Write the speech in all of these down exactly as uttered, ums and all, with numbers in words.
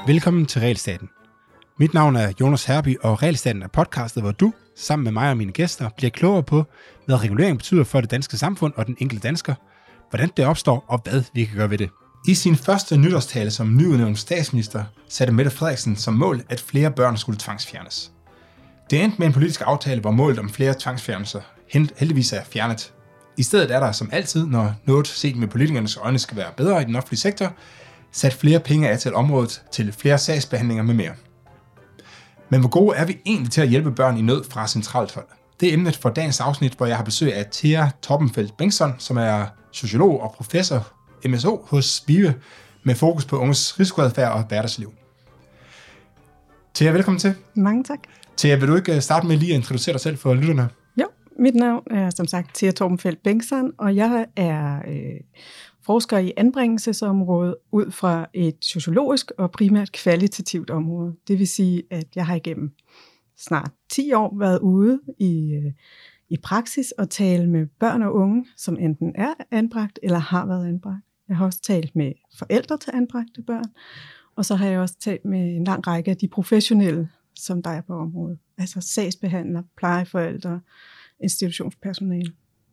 Velkommen til Realstaten. Mit navn er Jonas Herby, og Realstaten er podcastet, hvor du, sammen med mig og mine gæster, bliver klogere på, hvad regulering betyder for det danske samfund og den enkelte dansker, hvordan det opstår og hvad vi kan gøre ved det. I sin første nytårstale som nyudnævnt statsminister satte Mette Frederiksen som mål, at flere børn skulle tvangsfjernes. Det endte med en politisk aftale, hvor målet om flere tvangsfjernelser heldigvis er fjernet. I stedet er der, som altid, når noget set med politikernes øjne skal være bedre i den offentlige sektor, sat flere penge af til området til flere sagsbehandlinger med mere. Men hvor gode er vi egentlig til at hjælpe børn i nød fra centralt hold? Det er emnet for dagens afsnit, hvor jeg har besøg af Thea Torbenfeldt Bengtsson, som er sociolog og professor M S O hos VIVE, med fokus på unges risikoadfærd og hverdagsliv. Thea, velkommen til. Mange tak. Thea, vil du ikke starte med lige at introducere dig selv for lytterne? Jo, mit navn er som sagt Thea Torbenfeldt Bengtsson, og jeg er øh, forsker i anbringelsesområdet ud fra et sociologisk og primært kvalitativt område. Det vil sige, at jeg har igennem snart ti år været ude i, øh, i praksis og tale med børn og unge, som enten er anbragt eller har været anbragt. Jeg har også talt med forældre til anbragte børn, og så har jeg også talt med en lang række af de professionelle, som der er på området. Altså sagsbehandlere, plejeforældre, institutionspersonale.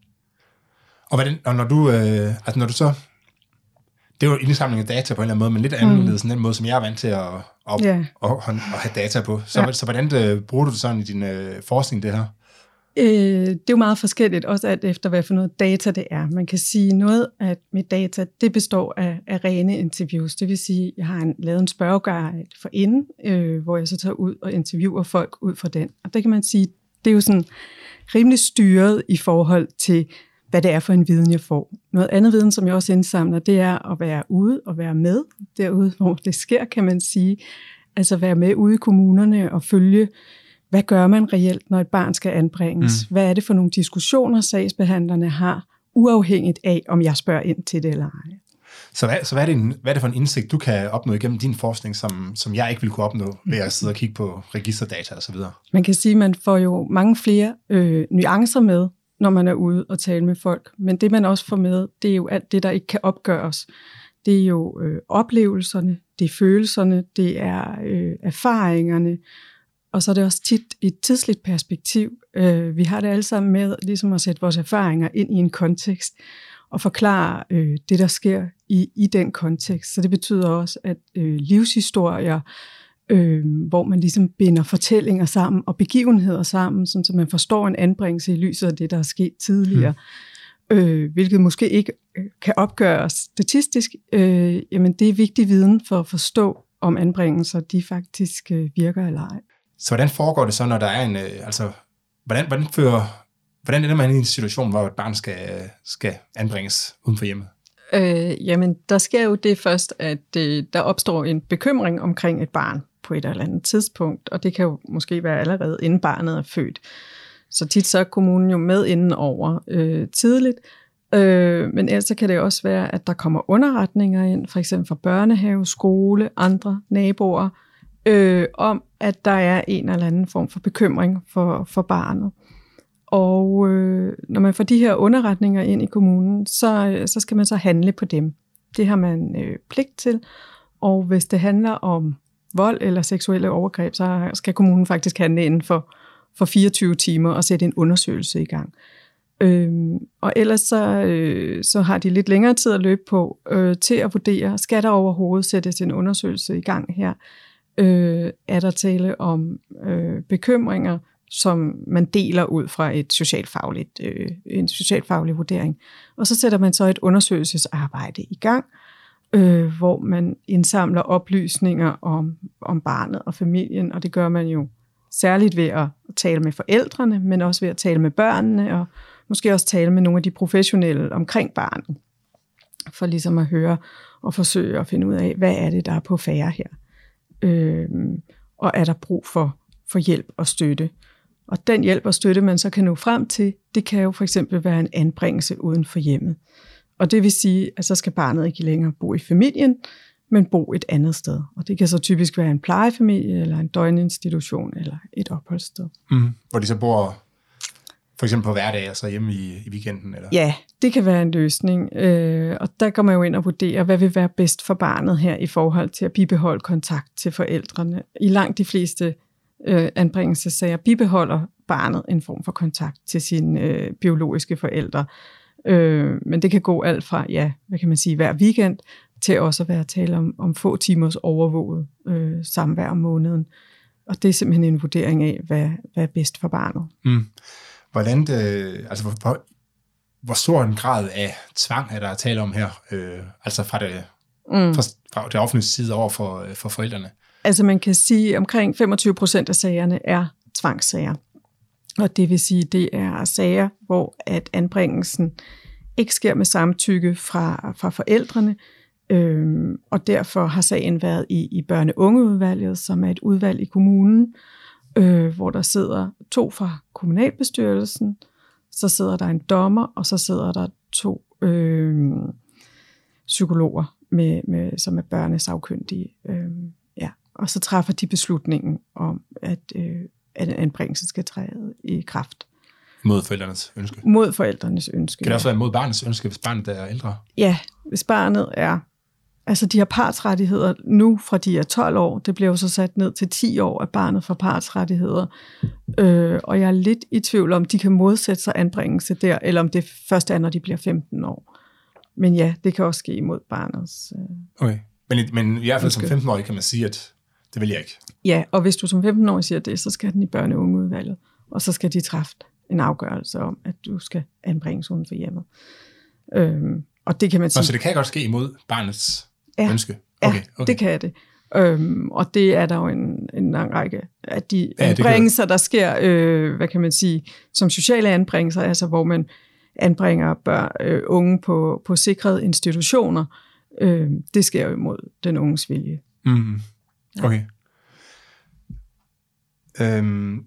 Og, hvordan, og når du, øh, altså når du så, det er jo indsamling af data på en eller anden måde, men lidt anderledes mm. end den måde, som jeg er vant til at, at, yeah. at, at, at have data på. Så, ja. så hvordan øh, bruger du det sådan i din øh, forskning, det her? Øh, det er jo meget forskelligt, også alt efter, hvad for noget data det er. Man kan sige, noget af mit data, det består af, af rene interviews. Det vil sige, jeg har en, lavet en spørgeguide for inden, øh, hvor jeg så tager ud og interviewer folk ud fra den. Og det kan man sige, det er jo sådan rimelig styret i forhold til, hvad det er for en viden, jeg får. Noget andet viden, som jeg også indsamler, det er at være ude og være med derude, hvor det sker, kan man sige. Altså være med ude i kommunerne og følge, hvad gør man reelt, når et barn skal anbringes? Mm. Hvad er det for nogle diskussioner, sagsbehandlerne har, uafhængigt af, om jeg spørger ind til det eller ej. Så, hvad, så hvad, er det, hvad er det for en indsigt, du kan opnå igennem din forskning, som, som jeg ikke ville kunne opnå ved at sidde og kigge på registerdata osv.? Man kan sige, at man får jo mange flere øh, nuancer med, når man er ude og tale med folk. Men det, man også får med, det er jo alt det, der ikke kan opgøres. Det er jo øh, oplevelserne, det er følelserne, det er øh, erfaringerne, og så er det også tit i et tidsligt perspektiv. Øh, vi har det alle sammen med ligesom at sætte vores erfaringer ind i en kontekst, og forklare øh, det, der sker i, i den kontekst. Så det betyder også, at øh, livshistorier, øh, hvor man ligesom binder fortællinger sammen og begivenheder sammen, sådan, så man forstår en anbringelse i lyset af det, der er sket tidligere, hmm. øh, hvilket måske ikke kan opgøres statistisk, øh, jamen det er vigtig viden for at forstå, om anbringelser de faktisk øh, virker eller ej. Så hvordan foregår det så, når der er en, øh, altså, hvordan, hvordan fører Hvordan ender man i en situation, hvor et barn skal, skal anbringes uden for hjemmet? Øh, jamen, der sker jo det først, at øh, der opstår en bekymring omkring et barn på et eller andet tidspunkt, og det kan jo måske være allerede inden barnet er født. Så tit så er kommunen jo med inden over øh, tidligt, øh, men ellers så kan det også være, at der kommer underretninger ind, for eksempel fra børnehave, skole, andre naboer, øh, om at der er en eller anden form for bekymring for, for barnet. Og øh, når man får de her underretninger ind i kommunen, så, så skal man så handle på dem. Det har man øh, pligt til. Og hvis det handler om vold eller seksuelle overgreb, så skal kommunen faktisk handle inden for, for fireogtyve timer og sætte en undersøgelse i gang. Øhm, og ellers så, øh, så har de lidt længere tid at løbe på øh, til at vurdere, skal der overhovedet sættes en undersøgelse i gang her? Øh, er der tale om øh, bekymringer, som man deler ud fra et socialfagligt, øh, en socialfaglig vurdering. Og så sætter man så et undersøgelsesarbejde i gang, øh, hvor man indsamler oplysninger om, om barnet og familien, og det gør man jo særligt ved at tale med forældrene, men også ved at tale med børnene, og måske også tale med nogle af de professionelle omkring barnet, for ligesom at høre og forsøge at finde ud af, hvad er det, der er på færre her, øh, og er der brug for, for hjælp og støtte. Og den hjælp og støtte, man så kan nå frem til, det kan jo for eksempel være en anbringelse uden for hjemmet. Og det vil sige, at så skal barnet ikke længere bo i familien, men bo et andet sted. Og det kan så typisk være en plejefamilie, eller en døgninstitution, eller et opholdssted. Mm, hvor de så bor For eksempel på hverdag, altså hjemme i, i weekenden? Eller? Ja, det kan være en løsning. Øh, og der går man jo ind og vurderer, hvad vil være bedst for barnet her i forhold til at bibeholde kontakt til forældrene. I langt de fleste øh, anbringelsessager bibeholder barnet en form for kontakt til sine øh, biologiske forældre. Øh, men det kan gå alt fra, ja, hvad kan man sige, hver weekend, til også at være tale om, om få timers overvåget øh, samvær om måneden. Og det er simpelthen en vurdering af, hvad, hvad er bedst for barnet. Mm. Hvordan det, altså hvor, hvor stor en grad af tvang er der at tale om her, øh, altså fra det, mm. fra, fra det offentlige side over for, for forældrene? Altså man kan sige, at omkring femogtyve procent af sagerne er tvangssager. Og det vil sige, det er sager, hvor at anbringelsen ikke sker med samtykke fra, fra forældrene, øhm, og derfor har sagen været i, i børne-ungeudvalget, som er et udvalg i kommunen, øh, hvor der sidder to fra kommunalbestyrelsen, så sidder der en dommer, og så sidder der to øh, psykologer, med, med, som er børnesagkyndige. Øh, ja. Og så træffer de beslutningen om, at, øh, at en anbringelse skal træde i kraft. Mod forældrenes ønske? Mod forældrenes ønske. Kan det også være mod barnets ønske, hvis barnet er ældre? Ja, hvis barnet er... Altså, de har partsrettigheder nu, fra de er tolv år. Det bliver jo så sat ned til ti år, at barnet får partsrettigheder. Øh, og jeg er lidt i tvivl om, de kan modsætte sig anbringelse der, eller om det først er, når de bliver femten år. Men ja, det kan også ske imod barnets... Øh, okay. Men, men i hvert fald som femten-årig kan man sige, at det vil jeg ikke. Ja, og hvis du som femten-årig siger det, så skal den i børne-ungeudvalget. Og så skal de træffe en afgørelse om, at du skal anbringes uden for hjemmet. Øh, og det kan man sige... Nå, så det kan godt ske imod barnets... Ja, ønske. Okay, ja okay. det kan det. Øhm, og det er der jo en, en lang række af de ja, anbringelser, der sker, øh, hvad kan man sige, som sociale anbringelser, altså hvor man anbringer børn, øh, unge på, på sikrede institutioner. Øh, det sker jo imod den unges vilje. Mm. Okay. Ja. Øhm.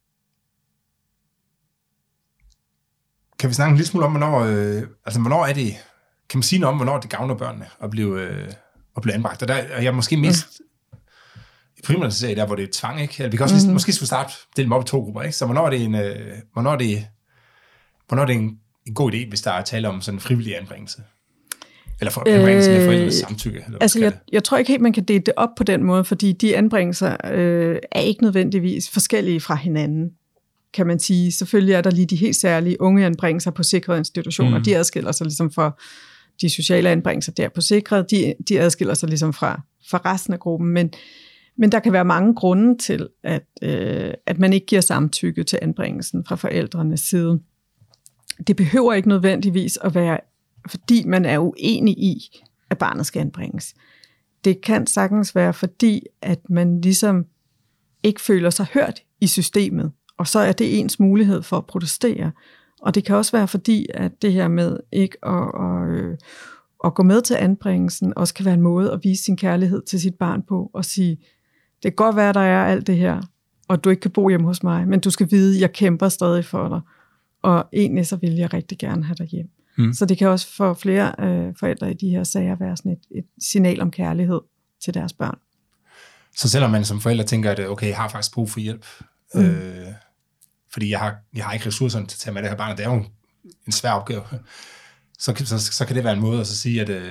Kan vi snakke en lille smule om, hvornår, øh, altså, hvornår er det... Kan man sige noget om, hvornår det gavner børnene at blive, øh, at blive anbragt? Og der er jeg måske mest mm. i primært serie, der hvor det er tvang, ikke? Eller vi kan også mm-hmm. måske skulle starte dele dem op i to grupper, ikke? Så hvornår er det en, øh, hvornår er det, hvornår er det en, en god idé, hvis der er tale om sådan en frivillig anbringelse? Eller for, anbringelse øh, med forældrenes samtykke? Eller altså, jeg, jeg tror ikke helt, man kan dele det op på den måde, fordi de anbringelser øh, er ikke nødvendigvis forskellige fra hinanden, kan man sige. Selvfølgelig er der lige de helt særlige unge anbringelser på sikrede institutioner. Mm. De adskiller sig ligesom fra de sociale anbringelser der på sikrede. De, de adskiller sig ligesom fra, fra resten af gruppen. Men, men der kan være mange grunde til, at, øh, at man ikke giver samtykke til anbringelsen fra forældrenes side. Det behøver ikke nødvendigvis at være, fordi man er uenig i, at barnet skal anbringes. Det kan sagtens være, fordi at man ligesom ikke føler sig hørt i systemet. Og så er det ens mulighed for at protestere. Og det kan også være fordi, at det her med ikke at, at, at gå med til anbringelsen, også kan være en måde at vise sin kærlighed til sit barn på, og sige, det kan godt være, der er alt det her, og du ikke kan bo hjemme hos mig, men du skal vide, at jeg kæmper stadig for dig. Og egentlig så vil jeg rigtig gerne have dig hjem. Mm. Så det kan også for flere øh, forældre i de her sager være sådan et, et signal om kærlighed til deres børn. Så selvom man som forældre tænker, at okay, jeg har faktisk brug for hjælp, mm. øh, fordi jeg har, jeg har ikke ressourcerne til at tage med det her barn, og det er jo en svær opgave, så, så, så kan det være en måde at så sige, at... Øh,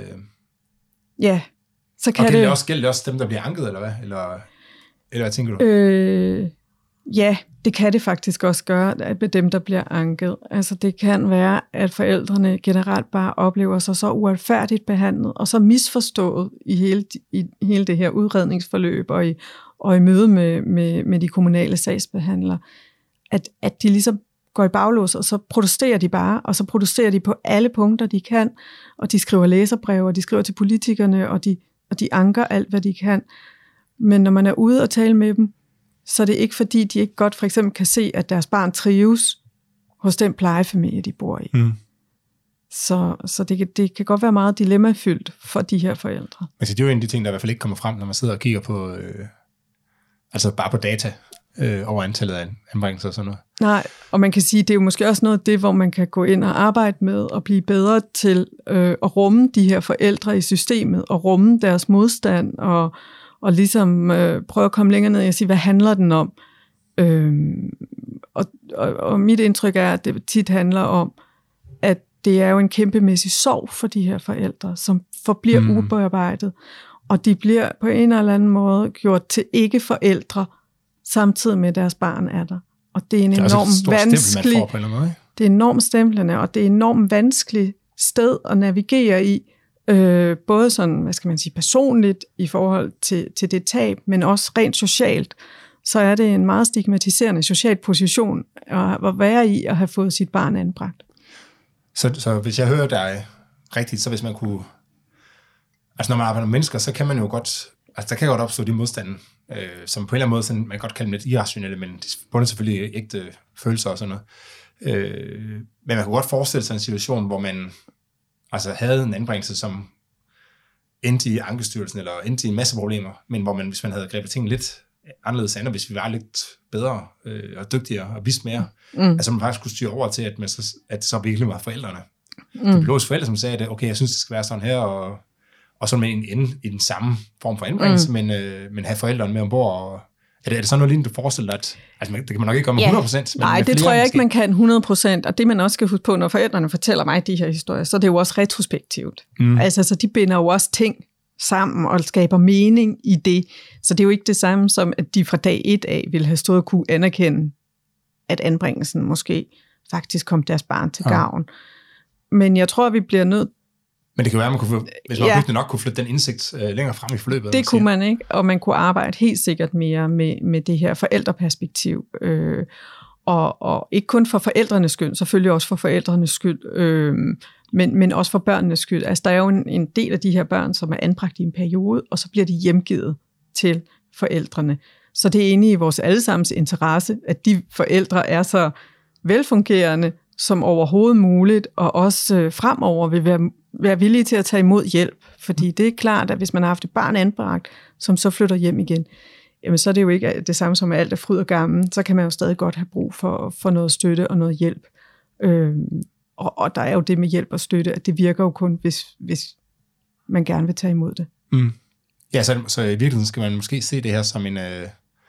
ja, så kan og gælder det... det også, gælder det også dem, der bliver anket, eller hvad? Eller, eller hvad tænker du? Øh, ja, det kan det faktisk også gøre, med dem, der bliver anket. Altså det kan være, at forældrene generelt bare oplever sig så uretfærdigt behandlet, og så misforstået i hele, i hele det her udredningsforløb, og i, og i møde med, med, med de kommunale sagsbehandlere, at, at de ligesom går i baglås, og så protesterer de bare, og så protesterer de på alle punkter, de kan, og de skriver læserbreve, og de skriver til politikerne, og de, og de anker alt, hvad de kan. Men når man er ude og tale med dem, så er det ikke fordi, de ikke godt for eksempel kan se, at deres barn trives hos den plejefamilie, de bor i. Mm. Så, så det, det kan godt være meget dilemmafyldt for de her forældre. Men det er jo en af de ting, der i hvert fald ikke kommer frem, når man sidder og kigger på, øh, altså bare på data øh, over antallet af anbringelser og sådan noget. Nej, og man kan sige, det er jo måske også noget af det, hvor man kan gå ind og arbejde med og blive bedre til øh, at rumme de her forældre i systemet, og rumme deres modstand, og og ligesom øh, prøve at komme længere ned og sige, hvad handler den om? Øhm, og, og, og mit indtryk er, at det tit handler om, at det er jo en kæmpemæssig sorg for de her forældre, som forbliver mm. ubearbejdet, og de bliver på en eller anden måde gjort til ikke-forældre, samtidig med deres barn er der. Og det er en det er enormt vanskelig... Stempel, på en eller måde. Det er enormt stemplende, og det er enormt vanskeligt sted at navigere i, øh, både sådan, hvad skal man sige, personligt i forhold til, til det tab, men også rent socialt. Så er det en meget stigmatiserende social position at være i at have fået sit barn anbragt. Så, så hvis jeg hører dig rigtigt, så hvis man kunne... Altså når man arbejder med mennesker, så kan man jo godt... Altså der kan godt opstå de modstande, øh, som på en eller anden måde, sådan, man kan godt kalde dem lidt irrationelle, men det bundet selvfølgelig ægte følelser og sådan noget. Øh, men man kunne godt forestille sig en situation, hvor man altså havde en anbringelse, som endte i Ankestyrelsen, eller endte i en masse problemer, men hvor man, hvis man havde grebet tingene lidt anderledes an, og hvis vi var lidt bedre øh, og dygtigere og vidste mere, mm. altså man faktisk kunne styre over til, at, man så, at det så virkelig var forældrene. Mm. De biologiske forældre, som sagde, at okay, jeg synes, det skal være sådan her, og, og så med en ende i den samme form for anbringelse, mm. men, øh, men have forældrene med ombord. Og, er, det, er det sådan noget lignende, du forestiller dig, at altså, det kan man nok ikke gøre med ja. hundrede procent? Nej, det tror jeg måske. Ikke, man kan hundrede procent, og det man også skal huske på, når forældrene fortæller mig de her historier, så er det jo også retrospektivt. Mm. Altså, så de binder jo også ting sammen og skaber mening i det. Så det er jo ikke det samme som, at de fra dag et af ville have stået og kunne anerkende, at anbringelsen måske faktisk kom deres barn til gavn. Ja. Men jeg tror, vi bliver nødt... Men det kan være, at man kunne, hvis man ja. virkelig nok kunne flytte den indsigt øh, længere frem i forløbet. Det kunne man ikke, og man kunne arbejde helt sikkert mere med, med det her forældreperspektiv. Øh, og, og ikke kun for forældrenes skyld, selvfølgelig også for forældrenes skyld, øh, men, men også for børnenes skyld. Altså, der er jo en, en del af de her børn, som er anbragt i en periode, og så bliver de hjemgivet til forældrene. Så det er inde i vores allesammens interesse, at de forældre er så velfungerende som overhovedet muligt, og også øh, fremover vil være, være villige til at tage imod hjælp. Fordi det er klart, at hvis man har haft et barn anbragt, som så flytter hjem igen, jamen så er det jo ikke det samme som, at alt er fryd og gammel. Så kan man jo stadig godt have brug for, for noget støtte og noget hjælp. Øhm, og, og der er jo det med hjælp og støtte, at det virker jo kun, hvis, hvis man gerne vil tage imod det. Mm. Ja, så, så i virkeligheden skal man måske se det her som en øh,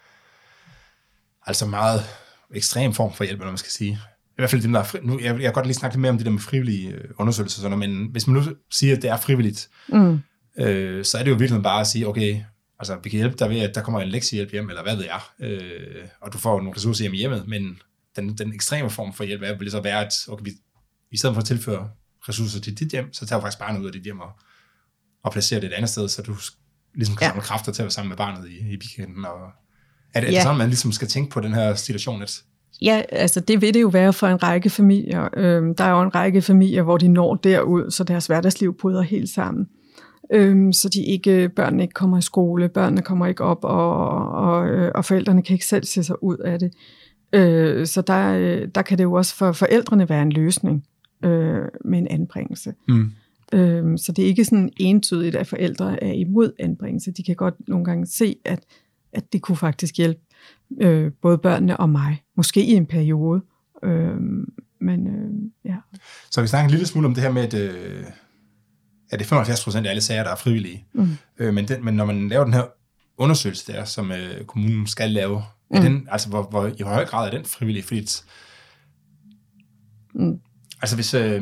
altså meget ekstrem form for hjælp, eller man skal sige. I hvert fald dem, der er fri, nu, jeg, jeg kan godt lige snakke lidt mere om det der med frivillige øh, undersøgelser, sådan, men hvis man nu siger, at det er frivilligt, mm. øh, så er det jo virkelig bare at sige, okay, altså vi kan hjælpe dig ved, at der kommer en lektiehjælp hjem, eller hvad ved jeg, øh, og du får nogle ressourcer hjem i hjemmet, men den, den ekstreme form for hjælp er, vil så være, at okay, vi, i stedet for at tilføre ressourcer til dit hjem, så tager du faktisk barnet ud af dit hjem og, og placerer det et andet sted, så du ligesom kan ja. samle kræfter til at være sammen med barnet i, i weekenden. Og er det, ja. er det sådan, man ligesom skal tænke på den her situation? At ja, altså det vil det jo være for en række familier. Øhm, der er jo en række familier, hvor de når derud, så deres hverdagsliv bryder helt sammen. Øhm, så de ikke, børnene ikke kommer i skole, børnene kommer ikke op, og, og, og forældrene kan ikke selv se sig ud af det. Øh, så der, der kan det jo også for forældrene være en løsning øh, med en anbringelse. Mm. Øh, så det er ikke sådan entydigt, at forældre er imod anbringelse. De kan godt nogle gange se, at, at det kunne faktisk hjælpe øh, både børnene og mig. Måske i en periode. Øh, men øh, ja. Så vi snakker en lille smule om det her med, at, øh, at det er femoghalvfjerds procent af alle sager, der er frivillige. Mm. Øh, men, den, men når man laver den her undersøgelse der, som øh, kommunen skal lave, er mm. den, altså hvor, hvor i høj grad er den frivillig? Fordi mm. altså hvis... Øh,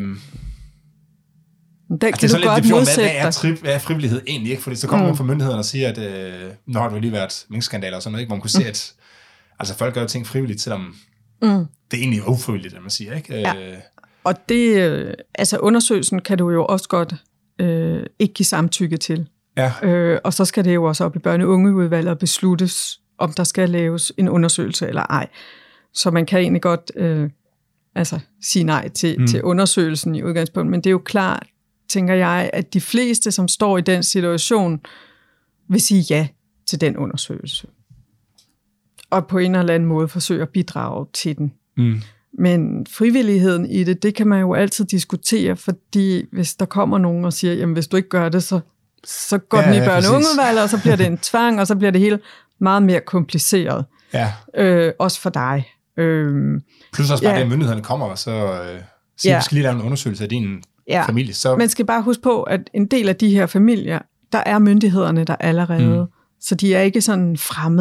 Den altså, kan du godt modsætte dig. Hvad er, hvad er frivillighed egentlig? Ikke? Fordi så kommer mm. man fra myndighederne og siger, at øh, nu har det jo lige været minkskandaler og sådan noget, ikke? Hvor man kunne mm. se, at altså, folk gør ting frivilligt, selvom mm. det er egentlig ufrivilligt, at man siger. Ikke? Ja. Og det, øh, altså undersøgelsen kan du jo også godt øh, ikke give samtykke til. Ja. Øh, og så skal det jo også op i børne- og ungeudvalget og besluttes, om der skal laves en undersøgelse eller ej. Så man kan egentlig godt øh, altså, sige nej til, mm. til undersøgelsen i udgangspunkt, men det er jo klart, tænker jeg, at de fleste, som står i den situation, vil sige ja til den undersøgelse. Og på en eller anden måde forsøge at bidrage til den. Mm. Men frivilligheden i det, det kan man jo altid diskutere, fordi hvis der kommer nogen og siger, jamen hvis du ikke gør det, så, så går ja, den i børne- og ungeudvalget, og så bliver det en tvang, og så bliver det hele meget mere kompliceret. Ja. Øh, også for dig. Øh, Plus også bare, ja. at myndighederne kommer, og så øh, siger, ja. vi skal lige lave en undersøgelse af din ja. familie. Så man skal bare huske på, at en del af de her familier, der er myndighederne der allerede. Mm. Så de er ikke sådan fremmede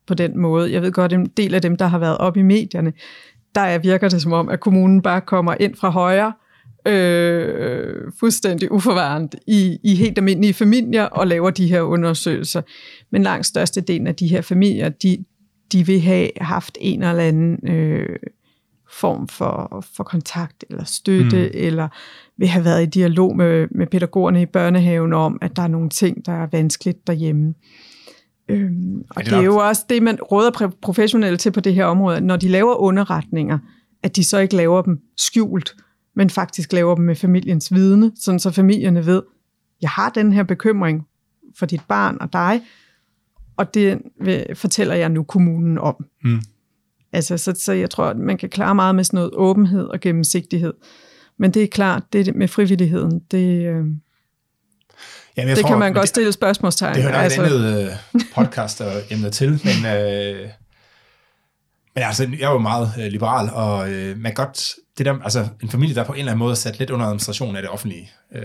på den måde. Jeg ved godt, en del af dem, der har været op i medierne, der virker det som om, at kommunen bare kommer ind fra højre, øh, fuldstændig uforvarende, i, i helt almindelige familier og laver de her undersøgelser. Men langt størstedelen af de her familier, de, de vil have haft en eller anden øh, form for, for kontakt eller støtte, mm. eller vil have været i dialog med, med pædagogerne i børnehaven om, at der er nogle ting, der er vanskeligt derhjemme. Øhm, og det er jo også det, man råder professionelle til på det her område, når de laver underretninger, at de så ikke laver dem skjult, men faktisk laver dem med familiens vidne, sådan så familierne ved, jeg har den her bekymring for dit barn og dig, og det fortæller jeg nu kommunen om. Mm. Altså, så, så jeg tror, at man kan klare meget med sådan noget åbenhed og gennemsigtighed. Men det er klart, det med frivilligheden, det, øh, Jamen, det tror, kan man godt det, stille spørgsmålstegn. Det er jo nok altså. et andet øh, podcast og emner til, men, øh, men altså, jeg er jo meget øh, liberal, og øh, man godt, det der, altså en familie, der på en eller anden måde er sat lidt under administration af det offentlige. Øh,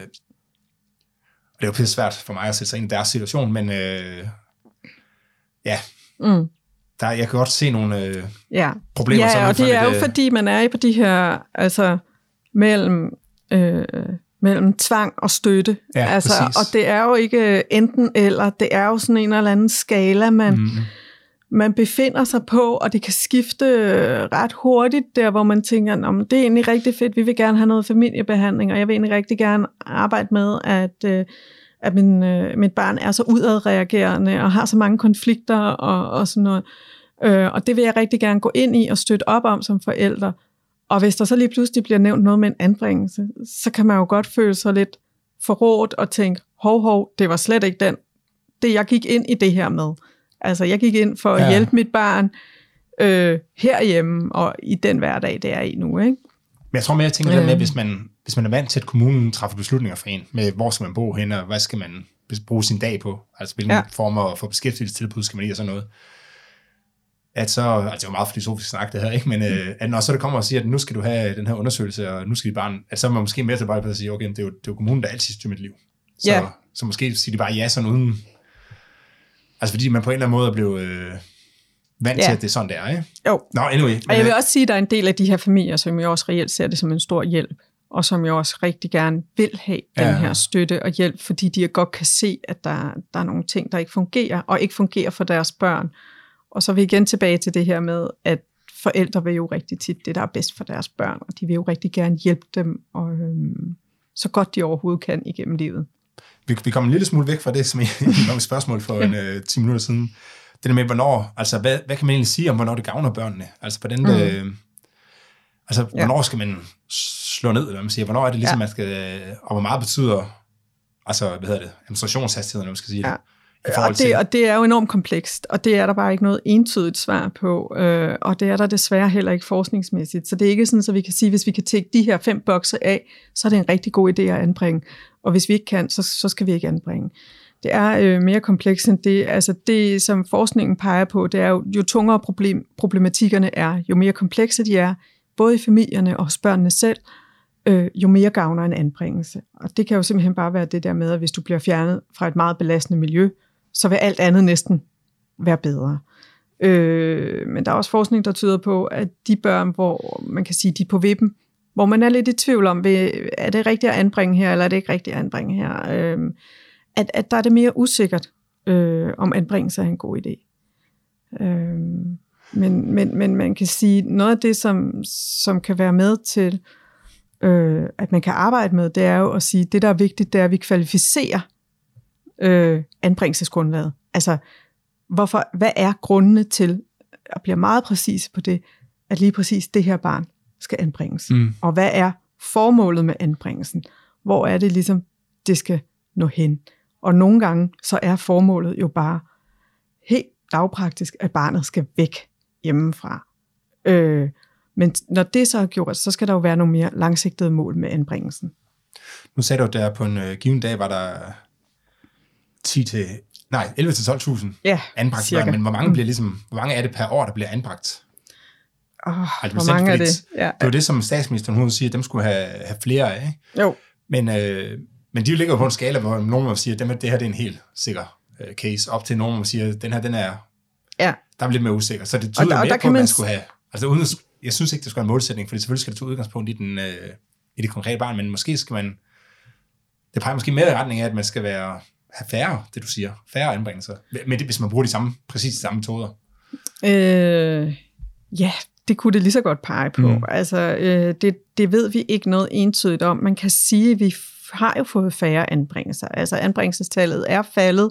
og det er jo pisse svært for mig at sætte sig ind i deres situation, men øh, ja, mm. der, jeg kan godt se nogle øh, ja. problemer. Ja, og det er lidt, jo fordi, man er på de her, altså mellem... Øh, mellem tvang og støtte. Ja, altså, og det er jo ikke enten eller, det er jo sådan en eller anden skala, man, mm. man befinder sig på, og det kan skifte ret hurtigt der, hvor man tænker, det er egentlig rigtig fedt, vi vil gerne have noget familiebehandling, og jeg vil egentlig rigtig gerne arbejde med, at, at min, mit barn er så udadreagerende, og har så mange konflikter, og, og sådan noget. Og det vil jeg rigtig gerne gå ind i, og støtte op om som forældre. Og hvis der så lige pludselig bliver nævnt noget med en anbringelse, så kan man jo godt føle sig lidt forrådt og tænke, hov, hov, det var slet ikke den, det jeg gik ind i det her med. Altså, jeg gik ind for at ja. hjælpe mit barn øh, herhjemme og i den hverdag, det er i nu, ikke? Men jeg tror mere, jeg tænker øh. det med, hvis man, hvis man er vant til, at kommunen træffer beslutninger for en, med hvor skal man bo hen, og hvad skal man bruge sin dag på, altså hvilke ja. former for beskæftigelsestilbud skal man i og sådan noget. At så, altså det er jo meget filosofisk snak det her, ikke? Men øh, at når så det kommer og siger, at nu skal du have den her undersøgelse, og nu skal dit barn, at så er man måske mere tilbage på at sige, okay, det er jo, det er jo kommunen, der altid styrer mit liv. Så, ja. så måske siger de bare ja sådan uden, altså fordi man på en eller anden måde er blevet øh, vant ja. til, at det er sådan, det er, ikke? Jo. Nå, anyway. Og jeg vil også sige, at der er en del af de her familier, som jo også reelt ser det som en stor hjælp, og som jo også rigtig gerne vil have den ja. her støtte og hjælp, fordi de godt kan se, at der, der er nogle ting, der ikke fungerer, og ikke fungerer for deres børn. Og så er vi igen tilbage til det her med, at forældre vil jo rigtig tit det, der er bedst for deres børn, og de vil jo rigtig gerne hjælpe dem, og, øhm, så godt de overhovedet kan igennem livet. Vi, vi kommer en lille smule væk fra det, som i nogle spørgsmål for en uh, ti minutter siden. Det der med, hvornår, altså hvad, hvad kan man egentlig sige om, hvornår det gavner børnene? Altså, hvordan mm. det, altså, ja. hvornår skal man slå ned, eller hvad man siger? Hvornår er det ligesom, ja. man skal, og hvor meget betyder, altså, hvad hedder det, administrationshastigheden, når man skal sige det? Ja. Og det, og det er jo enormt komplekst, og det er der bare ikke noget entydigt svar på, øh, og det er der desværre heller ikke forskningsmæssigt. Så det er ikke sådan, at vi kan sige, hvis vi kan tække de her fem bokse af, så er det en rigtig god idé at anbringe, og hvis vi ikke kan, så, så skal vi ikke anbringe. Det er øh, mere komplekst end det. Altså det, som forskningen peger på, det er jo, jo tungere problem, problematikkerne er, jo mere komplekse de er, både i familierne og hos børnene selv, øh, jo mere gavner en anbringelse. Og det kan jo simpelthen bare være det der med, at hvis du bliver fjernet fra et meget belastende miljø, så vil alt andet næsten være bedre. Øh, men der er også forskning, der tyder på, at de børn, hvor man kan sige, de er på vippen, hvor man er lidt i tvivl om, er det rigtigt at anbringe her, eller er det ikke rigtigt at anbringe her, øh, at, at der er det mere usikkert, øh, om anbringelse er en god idé. Øh, men, men, men man kan sige, noget af det, som, som kan være med til, øh, at man kan arbejde med, det er jo at sige, det der er vigtigt, det er, at vi kvalificerer Øh, anbringelsesgrundlaget. Altså, hvorfor, hvad er grundene til, at blive meget præcise på det, at lige præcis det her barn skal anbringes? Mm. Og hvad er formålet med anbringelsen? Hvor er det ligesom, det skal nå hen? Og nogle gange, så er formålet jo bare helt lavpraktisk, at barnet skal væk hjemmefra. Øh, men når det så er gjort, så skal der jo være nogle mere langsigtede mål med anbringelsen. Nu sagde du, der på en øh, given dag var der ti til, nej, elleve til tolv tusind ja, anbragt børn, men hvor mange bliver ligesom, hvor mange er det per år, der bliver anbragt? Oh, altså, hvor mange er det? Ja. Det var det, som statsministeren hun siger, at dem skulle have, have flere af, ikke? Jo. Men, øh, men de ligger på en skala, hvor nogen må sige, at det her det er en helt sikker øh, case, op til nogen må sige, at den her, den er Ja. Der er lidt mere usikker. Så det tyder der, mere der på, at man man skulle have... Altså, uden, jeg synes ikke, det skal være en målsætning, fordi selvfølgelig skal det tage udgangspunkt i, den, øh, i det konkrete barn, men måske skal man... Det peger måske mere i retning af, at man skal være, have færre, det du siger, færre anbringelser, men det, hvis man bruger de samme, præcis de samme metoder. Øh, ja, det kunne det lige så godt pege på. Mm. Altså, øh, det, det ved vi ikke noget entydigt om. Man kan sige, at vi har jo fået færre anbringelser. Altså, anbringelsestallet er faldet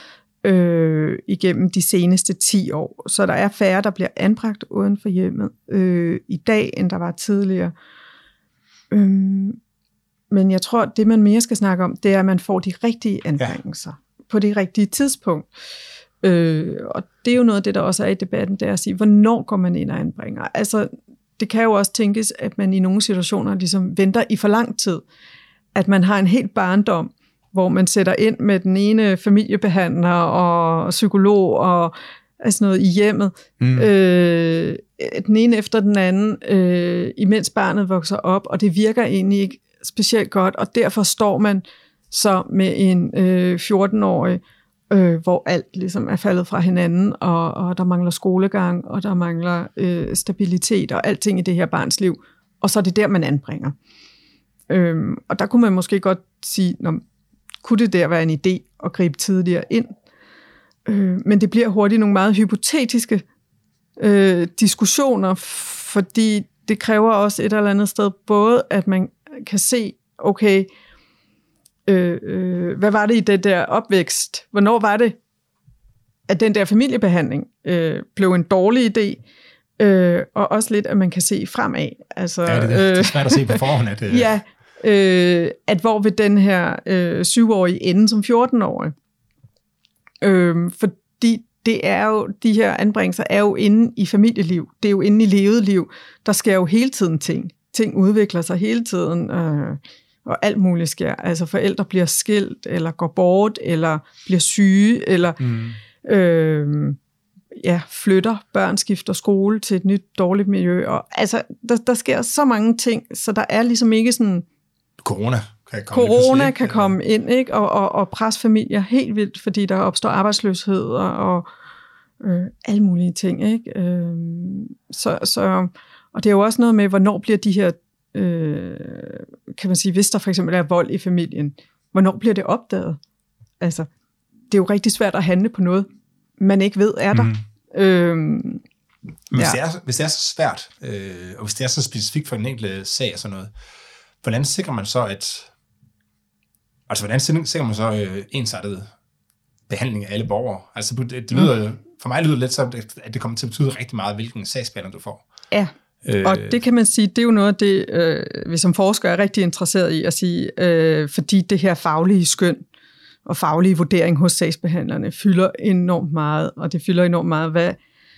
øh, igennem de seneste ti år. Så der er færre, der bliver anbragt uden for hjemmet øh, i dag, end der var tidligere. Øh, men jeg tror, det man mere skal snakke om, det er, at man får de rigtige anbringelser ja. På det rigtige tidspunkt. Øh, og det er jo noget af det, der også er i debatten, det er at sige, hvornår går man ind og anbringer? Altså, det kan jo også tænkes, at man i nogle situationer ligesom venter i for lang tid. At man har en helt barndom, hvor man sætter ind med den ene familiebehandler og psykolog og altså noget i hjemmet, mm. øh, den ene efter den anden, øh, imens barnet vokser op, og det virker egentlig ikke specielt godt, og derfor står man så med en øh, fjorten-årig, øh, hvor alt ligesom er faldet fra hinanden, og, og der mangler skolegang, og der mangler øh, stabilitet, og alting i det her barns liv, og så er det der, man anbringer. Øhm, og der kunne man måske godt sige, nå, kunne det der være en idé at gribe tidligere ind? Øh, men det bliver hurtigt nogle meget hypotetiske øh, diskussioner, fordi det kræver også et eller andet sted både, at man kan se, okay, øh, øh, hvad var det i det der opvækst? Hvornår var det, at den der familiebehandling øh, blev en dårlig idé? Øh, og også lidt, at man kan se fremad. Altså, ja, det, det er svært at se på forhånd. At, øh... ja, øh, at hvor vil den her øh, syvårige ende som fjorten-årig? Øh, fordi det er jo, de her anbringelser er jo inde i familieliv. Det er jo inde i levet liv. Der sker jo hele tiden ting. Ting udvikler sig hele tiden, øh, og alt muligt sker. Altså forældre bliver skilt, eller går bort, eller bliver syge, eller mm. øh, ja, flytter, børn skifter skole til et nyt dårligt miljø. Og, altså, der, der sker så mange ting, så der er ligesom ikke sådan... Corona kan komme, Corona kan komme ind, ikke? Og, og, og presse familier helt vildt, fordi der opstår arbejdsløshed og, og øh, alle mulige ting, ikke? Øh, så, så, og det er jo også noget med, hvornår bliver de her, øh, kan man sige, hvis der for eksempel er vold i familien, hvornår bliver det opdaget? Altså, det er jo rigtig svært at handle på noget, man ikke ved, er der. Mm. Øhm, Men hvis, ja. det er, hvis det er så svært, øh, og hvis det er så specifikt for en enkelt sag og sådan noget, hvordan sikrer man så, at altså hvordan sikrer man så øh, ensartet behandling af alle borgere? Altså det, det lyder, mm. for mig lyder det lidt så, at det kommer til at betyde rigtig meget, hvilken sagsbehandler du får. Ja, øh, og det kan man sige, det er jo noget af det, øh, vi som forskere er rigtig interesseret i at sige, øh, fordi det her faglige skøn og faglige vurdering hos sagsbehandlerne fylder enormt meget, og det fylder enormt meget, hvad,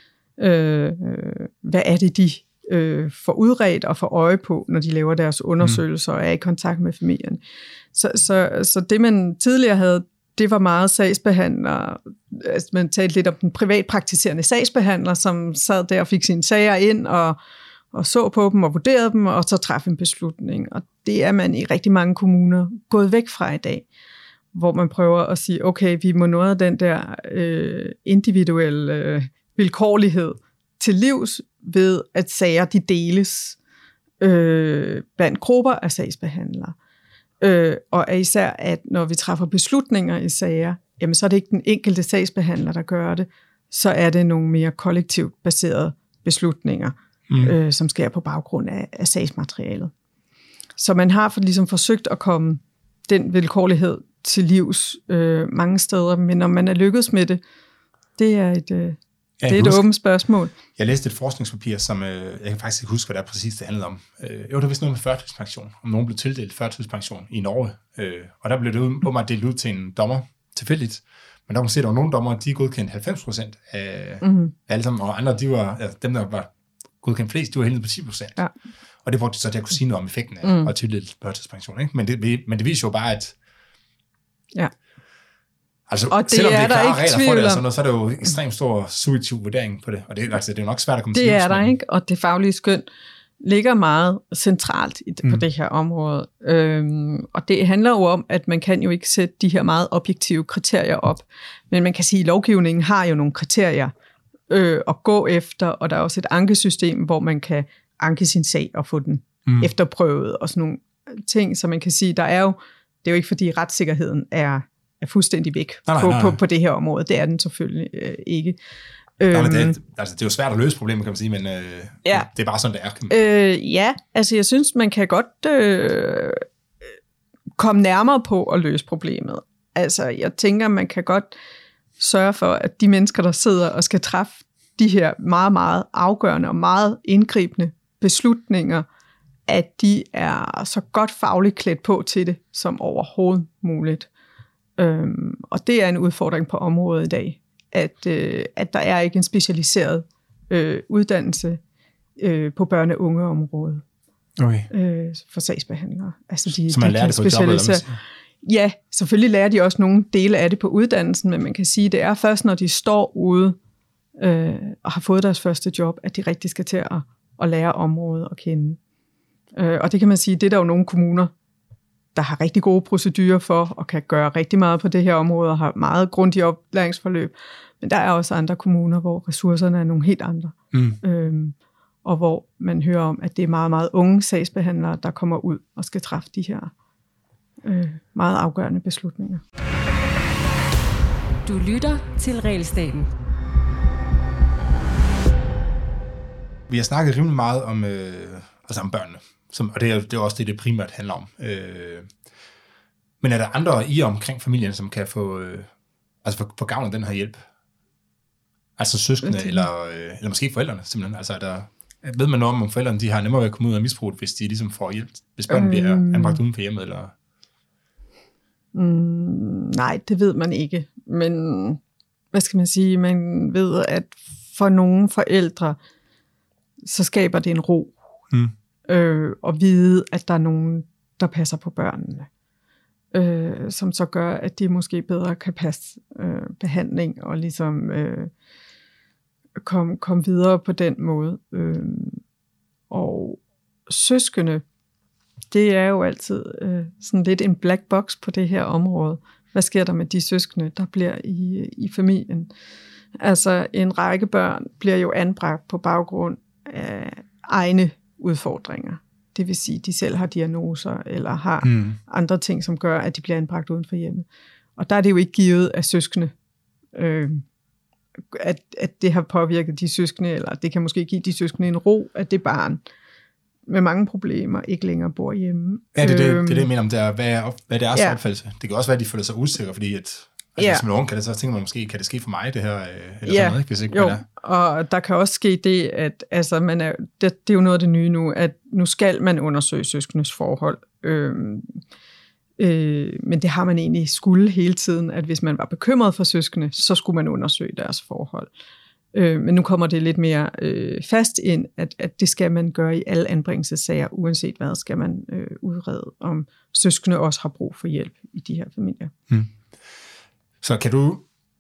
øh, hvad er det, de øh, får udredt og får øje på, når de laver deres undersøgelser mm. og er i kontakt med familien. Så, så, så det, man tidligere havde, det var meget sagsbehandler. Altså, man talte lidt om den privatpraktiserende sagsbehandler, som sad der og fik sine sager ind og, og så på dem og vurderede dem, og så træffede en beslutning. Og det er man i rigtig mange kommuner gået væk fra i dag, hvor man prøver at sige, okay, vi må noget af den der øh, individuelle øh, vilkårlighed til livs ved, at sager de deles øh, blandt grupper af sagsbehandlere. Øh, og er især, at når vi træffer beslutninger i sager, jamen så er det ikke den enkelte sagsbehandler, der gør det, så er det nogle mere kollektivt baserede beslutninger, mm. øh, som sker på baggrund af, af sagsmaterialet. Så man har for, ligesom forsøgt at komme den vilkårlighed til livs øh, mange steder, men når man er lykkedes med det, det er et, øh, ja, det er et huske, åbent spørgsmål. Jeg læste et forskningspapir, som øh, jeg kan faktisk ikke huske, hvad det er præcis det handlede om. Øh, jo, det var vist noget med førtidspension, om nogen blev tildelt førtidspension i Norge, øh, og der blev det åbenbart delt ud til en dommer tilfældigt, men der kan man se, at der var nogle dommer, de godkendte halvfems procent af mm-hmm. alle sammen, og andre, de var, altså, dem der var godkendt flest, de var helt ned på ti procent. Ja. Og det brugte de så til at kunne sige noget om effekten af mm. at tildele førtidspension, ikke? Men det, men det viser jo bare, at ja. Altså, og det selvom er det er klare regler for det, og sådan noget, så er det jo ekstremt stor subjektiv vurdering på det, og det, altså, det er jo nok svært at komme det til. Det er der, ikke? Og det faglige skøn ligger meget centralt i, mm. på det her område. Øhm, og det handler jo om, at man kan jo ikke sætte de her meget objektive kriterier op, men man kan sige, at lovgivningen har jo nogle kriterier, øh, at gå efter, og der er også et ankesystem, hvor man kan anke sin sag og få den mm. efterprøvet, og sådan nogle ting, så man kan sige, der er jo, det er jo ikke fordi retssikkerheden er, er fuldstændig væk nej, nej, nej. På, på, på det her område, det er den selvfølgelig øh, ikke. Nej, øhm, det, er, altså, det er jo svært at løse problemet, kan man sige, men øh, ja. det er bare sådan, det er. Øh, ja, altså jeg synes, man kan godt øh, komme nærmere på at løse problemet. Altså jeg tænker, man kan godt sørge for, at de mennesker, der sidder og skal træffe de her meget, meget afgørende og meget indgribende beslutninger, at de er så godt fagligt klædt på til det, som overhovedet muligt. Øhm, og det er en udfordring på området i dag, at, øh, at der er ikke en specialiseret øh, uddannelse øh, på børne- og ungeområdet okay. øh, for sagsbehandlere. Altså de, så man de lærer det på jobbet? Ja, selvfølgelig lærer de også nogle dele af det på uddannelsen, men man kan sige, at det er først, når de står ude øh, og har fået deres første job, at de rigtig skal til at, at lære området at kende. Øh, og det kan man sige, det er der jo nogle kommuner, der har rigtig gode procedurer for, og kan gøre rigtig meget på det her område, og har meget grundige oplæringsforløb. Men der er også andre kommuner, hvor ressourcerne er nogle helt andre. Mm. Øhm, og hvor man hører om, at det er meget, meget unge sagsbehandlere, der kommer ud og skal træffe de her øh, meget afgørende beslutninger. Du lytter til Regelstaten. Vi har snakket rimelig meget om, øh, altså om børnene. Som, og det er, det er også det, det primært handler om. Øh, men er der andre i og omkring familien, som kan få, øh, altså få, få gavn af den her hjælp? Altså søskende, okay. eller, øh, eller måske forældrene, simpelthen. Altså er der, ved man noget om, om forældrene de har nemmere ved at komme ud af misbruget, hvis de ligesom får hjælp, hvis børnene øhm, bliver anbragt uden for hjemmet? Eller? Mm, nej, det ved man ikke. Men hvad skal man sige? Man ved, at for nogle forældre, så skaber det en ro. Mm. Øh, og vide, at der er nogen, der passer på børnene. Øh, som så gør, at de måske bedre kan passe øh, behandling og ligesom øh, komme kom videre på den måde. Øh, og søskende, det er jo altid øh, sådan lidt en black box på det her område. Hvad sker der med de søskende, der bliver i, i familien? Altså en række børn bliver jo anbragt på baggrund af egne udfordringer. Det vil sige, at de selv har diagnoser, eller har mm. andre ting, som gør, at de bliver anbragt uden for hjemmet. Og der er det jo ikke givet af søskende, øh, at, at det har påvirket de søskende, eller det kan måske give de søskende en ro, at det barn med mange problemer ikke længere bor hjemme. Ja, det er det, det, er det jeg mener om, det er, hvad er, hvad er deres ja. opfattelse? Det kan også være, at de føler sig usikre, fordi at altså, ja. som nogen kan det så tænke man måske, kan det ske for mig, det her? Eller ja, sådan noget, hvis ikke jo, det er. Og der kan også ske det, at altså, man er, det, det er jo noget af det nye nu, at nu skal man undersøge søskendes forhold. Øhm, øh, men det har man egentlig skulle hele tiden, at hvis man var bekymret for søskende, så skulle man undersøge deres forhold. Øh, men nu kommer det lidt mere øh, fast ind, at, at det skal man gøre i alle anbringelsessager, uanset hvad, skal man øh, udrede, om søskende også har brug for hjælp i de her familier. Hmm. Så kan du,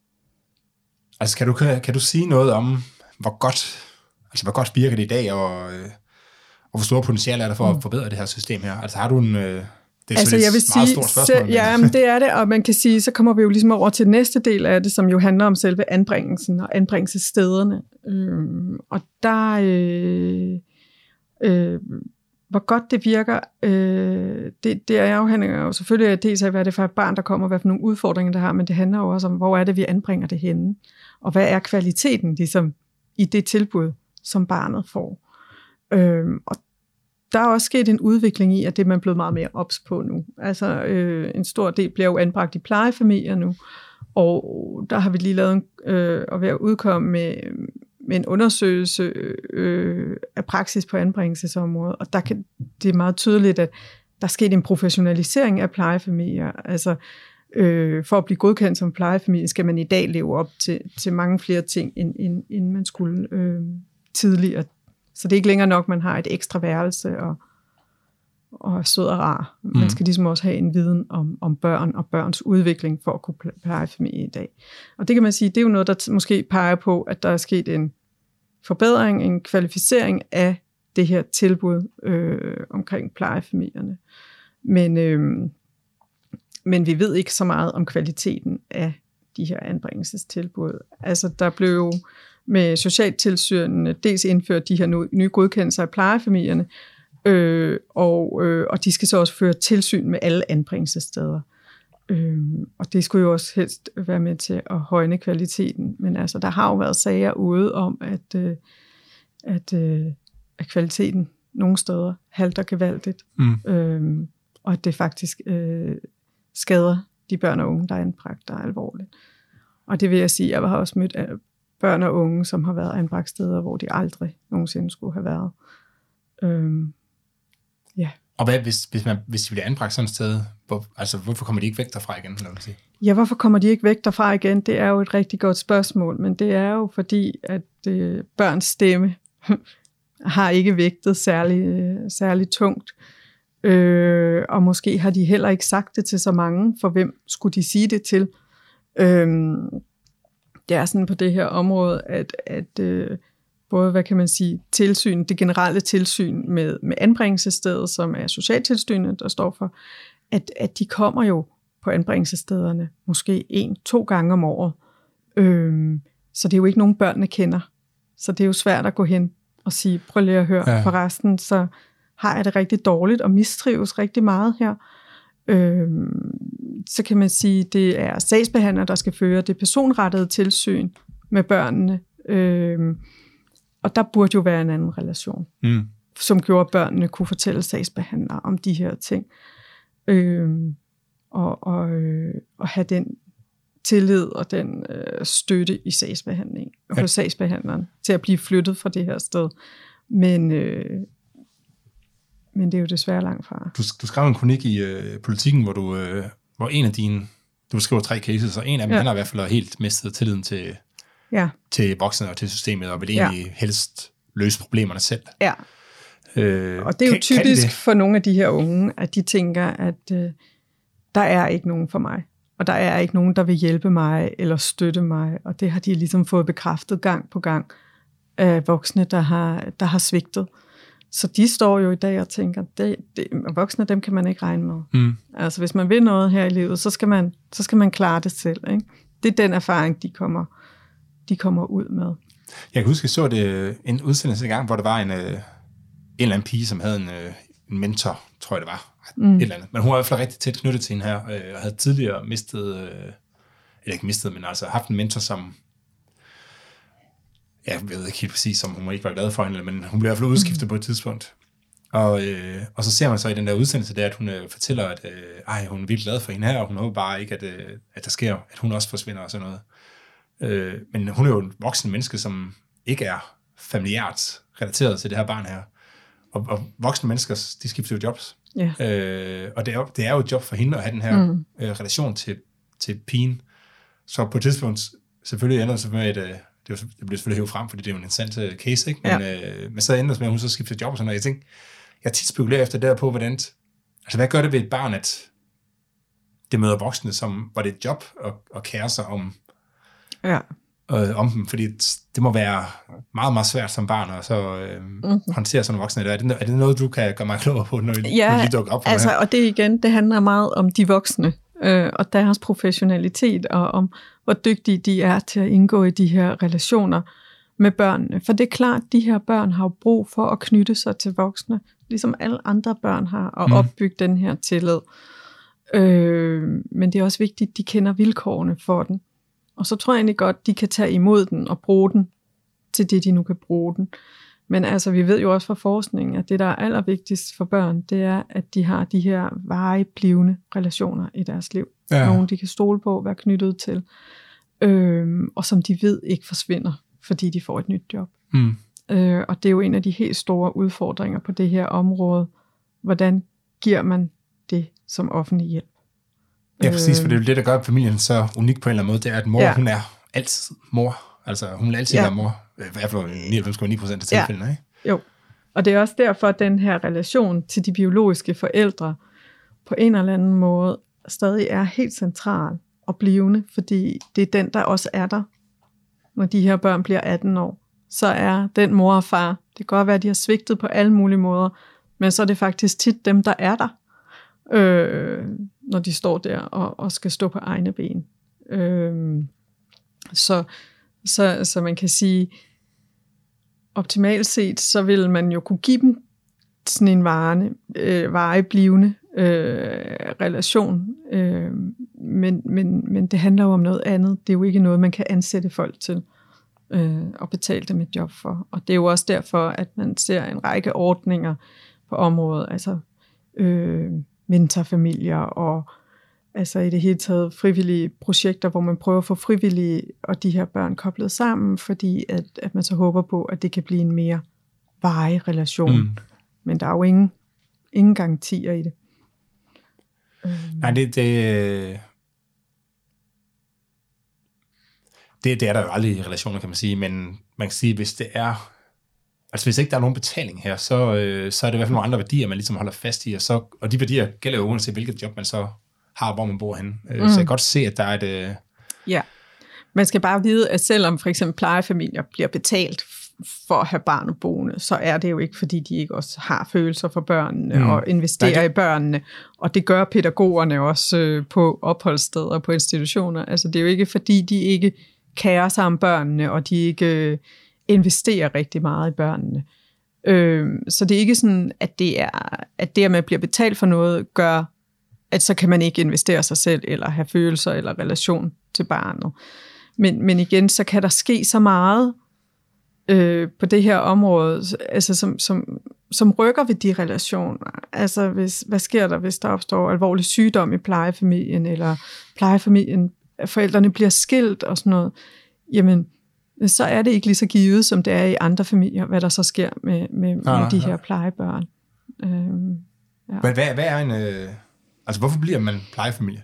altså kan du, kan du sige noget om, hvor godt, altså hvor godt virker det i dag, og, og hvor store potentiale er der for mm. at forbedre det her system her? Altså har du en, det er altså, jeg vil meget sige, stort spørgsmål. Se, ja, men det er det, og man kan sige, så kommer vi jo ligesom over til næste del af det, som jo handler om selve anbringelsen og anbringelsesstederne. Øhm, og der, øh, øh, hvor godt det virker, øh, det, det er afhængigt jo selvfølgelig af dels af, hvad det er for et barn, der kommer, hvad for nogle udfordringer det har, men det handler jo også om, hvor er det, vi anbringer det henne, og hvad er kvaliteten ligesom, i det tilbud, som barnet får. Øhm, og der er også sket en udvikling i, at det er man blevet meget mere ops på nu. Altså øh, en stor del bliver jo anbragt i plejefamilier nu, og der har vi lige lavet en, øh, og ved at udkomme med, med en undersøgelse øh, af praksis på anbringelsesområdet, og der kan, det er meget tydeligt, at der er sket en professionalisering af plejefamilier. Altså øh, for at blive godkendt som plejefamilie, skal man i dag leve op til, til mange flere ting, end, end, end man skulle øh, tidligere. Så det er ikke længere nok, man har et ekstra værelse og, og er sød og rar. Man mm. skal ligesom også have en viden om, om børn og børns udvikling for at kunne pleje familie i dag. Og det kan man sige, det er jo noget, der t- måske peger på, at der er sket en forbedring, en kvalificering af det her tilbud øh, omkring plejefamilierne. Men, øh, men vi ved ikke så meget om kvaliteten af de her anbringelsestilbud. Altså der blev jo med socialtilsynene dels indført de her nye godkendelser af plejefamilierne, øh, og, øh, og de skal så også føre tilsyn med alle anbringelsessteder. Øh, og det skulle jo også helst være med til at højne kvaliteten. Men altså, der har jo været sager ude om, at, øh, at, øh, at kvaliteten nogle steder halter gevaldigt, mm. øh, og at det faktisk øh, skader de børn og unge, der er anbragt, der er alvorligt. Og det vil jeg sige, jeg har også mødt børn og unge, som har været anbragt steder, hvor de aldrig nogensinde skulle have været. Øhm, ja. Og hvad, hvis, hvis, man, hvis de bliver anbragt sådan et sted, hvor, altså, hvorfor kommer de ikke væk derfra igen? Lad mig sige? Ja, hvorfor kommer de ikke væk derfra igen? Det er jo et rigtig godt spørgsmål, men det er jo fordi, at øh, børns stemme har ikke vægtet særlig, øh, særlig tungt. Øh, og måske har de heller ikke sagt det til så mange, for hvem skulle de sige det til? Øhm, det er sådan på det her område, at, at øh, både, hvad kan man sige, tilsyn, det generelle tilsyn med, med anbringelsesstedet, som er socialtilsynet, der står for, at, at de kommer jo på anbringelsesstederne måske en, to gange om året. Øhm, så det er jo ikke nogen børnene kender. Så det er jo svært at gå hen og sige, prøv lige at høre, ja. Forresten, så har jeg det rigtig dårligt og mistrives rigtig meget her. Øhm, så kan man sige, det er sagsbehandler, der skal føre det personrettede tilsyn med børnene. Øhm, og der burde jo være en anden relation, mm. som gjorde, at børnene kunne fortælle sagsbehandlere om de her ting. Øhm, og, og, øh, og have den tillid og den øh, støtte i sagsbehandling hos ja. sagsbehandleren til at blive flyttet fra det her sted. Men øh, Men det er jo desværre langt fra. Du, du skrev en kronik i øh, Politikken, hvor du øh, hvor en af dine, du skriver tre cases, og en af dem, ja. han har i hvert fald helt mistet tilliden til, ja. til voksne og til systemet, og vil egentlig ja. helst løse problemerne selv. Ja, øh, og det er jo kan, typisk kan for nogle af de her unge, at de tænker, at øh, der er ikke nogen for mig, og der er ikke nogen, der vil hjælpe mig eller støtte mig, og det har de ligesom fået bekræftet gang på gang af voksne, der har, der har svigtet. Så de står jo i dag og tænker, det, det, voksne, dem kan man ikke regne med. Mm. Altså hvis man vil noget her i livet, så skal man, så skal man klare det selv. Ikke? Det er den erfaring, de kommer, de kommer ud med. Jeg kan huske, jeg så det en udsendelse engang, hvor der var en, en eller anden pige, som havde en, en mentor, tror jeg det var. Mm. Et eller andet. Men hun var i hvert fald rigtig tæt knyttet til hende her, og havde tidligere mistet, eller ikke mistet, men altså haft en mentor, som jeg ved ikke helt præcis, om hun ikke var glad for hende, men hun blev i hvert fald udskiftet mm. på et tidspunkt. Og, øh, og så ser man så i den der udsendelse der, at hun øh, fortæller, at øh, ej, hun er virkelig glad for hende her, og hun håber bare ikke, at, øh, at der sker, at hun også forsvinder og sådan noget. Øh, men hun er jo en voksen menneske, som ikke er familiært relateret til det her barn her. Og, og voksne mennesker, de skifter jo jobs. Yeah. Øh, og det er, jo, det er jo et job for hende at have den her mm. øh, relation til, til pigen. Så på et tidspunkt, selvfølgelig ender det så med, at øh, det, var, det blev selvfølgelig hævet frem, fordi det er jo en interessant case, ikke? Men, ja. øh, men så ender det med, at hun så skifter job og sådan noget. Jeg tænker, jeg tit spekulerer efter der på, hvordan, altså hvad gør det ved et barn, at det møder voksne, som var det et job at, at kære sig om, ja. øh, om dem, fordi det må være meget, meget svært som barn, og så øh, mm-hmm. håndtere sådan voksne. Er det, er det noget, du kan gøre mig klogere på, når vi ja, lige dukker op for altså, det her? Og det igen, det handler meget om de voksne, øh, og deres professionalitet, og om hvor dygtige de er til at indgå i de her relationer med børnene. For det er klart, at de her børn har brug for at knytte sig til voksne, ligesom alle andre børn har, og mm. opbygge den her tillid. Øh, men det er også vigtigt, at de kender vilkårene for den. Og så tror jeg egentlig godt, de kan tage imod den og bruge den til det, de nu kan bruge den. Men altså, vi ved jo også fra forskningen, at det, der er allervigtigst for børn, det er, at de har de her varigt blivende relationer i deres liv. Ja. Nogle, de kan stole på, være knyttet til, øh, og som de ved ikke forsvinder, fordi de får et nyt job. Mm. Øh, og det er jo en af de helt store udfordringer på det her område. Hvordan giver man det som offentlig hjælp? Ja, præcis, for det er jo det, der gør familien så unik på en eller anden måde, det er, at mor, ja. hun er altid mor. Altså, hun vil altid ja. være mor. I hvert fald nioghalvfems komma ni procent af tilfældene, ja. ikke? Jo, og det er også derfor, at den her relation til de biologiske forældre på en eller anden måde stadig er helt central og blivende, fordi det er den, der også er der, når de her børn bliver atten år. Så er den mor og far, det kan godt være, at de har svigtet på alle mulige måder, men så er det faktisk tit dem, der er der, øh, når de står der og, og skal stå på egne ben. Øh, så, Så, så man kan sige, optimalt set, så vil man jo kunne give dem sådan en varende, øh, vareblivende øh, relation. Øh, men, men, men det handler jo om noget andet. Det er jo ikke noget, man kan ansætte folk til øh, og betale dem et job for. Og det er jo også derfor, at man ser en række ordninger på området, altså øh, mentorfamilier og altså i det hele taget frivillige projekter, hvor man prøver at få frivillige og de her børn koblet sammen, fordi at, at man så håber på, at det kan blive en mere varig relation. Mm. Men der er jo ingen, ingen garantier i det. Nej, det, det, det, det er der jo aldrig i relationer, kan man sige, men man kan sige, hvis det er, altså hvis ikke der er nogen betaling her, så, øh, så er det i hvert fald nogle andre værdier, man ligesom holder fast i, og, så, og de værdier gælder jo uanset hvilket job man så har, hvor man bor henne. Mm. Så jeg kan godt se, at der er et... Øh... Ja, man skal bare vide, at selvom for eksempel plejefamilier bliver betalt for at have barnet boende, så er det jo ikke, fordi de ikke også har følelser for børnene mm. og investerer Nej, det... i børnene. Og det gør pædagogerne også øh, på opholdssteder og på institutioner. Altså det er jo ikke, fordi de ikke kærer sig om børnene, og de ikke øh, investerer rigtig meget i børnene. Øh, så det er ikke sådan, at det er, at det, at man bliver betalt for noget, gør, at så kan man ikke investere sig selv, eller have følelser, eller relation til barnet. Men, men igen, så kan der ske så meget øh, på det her område, altså som, som, som rykker ved de relationer. Altså, hvis, hvad sker der, hvis der opstår alvorlig sygdom i plejefamilien, eller plejefamilien, forældrene bliver skilt og sådan noget, jamen, så er det ikke lige så givet, som det er i andre familier, hvad der så sker med, med, med ah, de her ja. plejebørn. Øhm, ja. hvad, hvad, hvad er en... Øh, altså, hvorfor bliver man plejefamilie?